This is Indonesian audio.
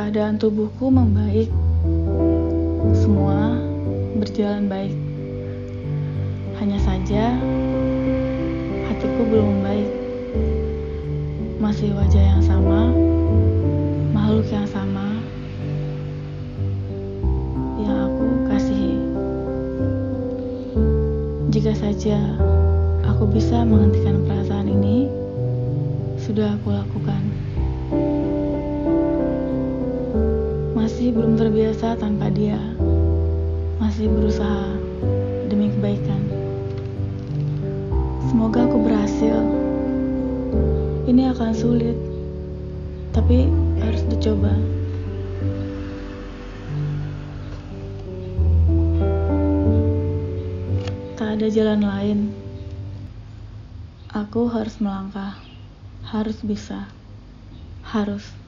Keadaan tubuhku membaik. Semua berjalan baik. Hanya saja hatiku belum membaik. Masih wajah yang sama, makhluk yang sama yang aku kasihi. Jika saja aku bisa menghentikan perasaan ini, sudah aku lakukan. Masih belum terbiasa tanpa dia. Masih berusaha demi kebaikan. Semoga aku berhasil. Ini akan sulit, tapi harus dicoba. Tak ada jalan lain. Aku harus melangkah. Harus bisa. Harus.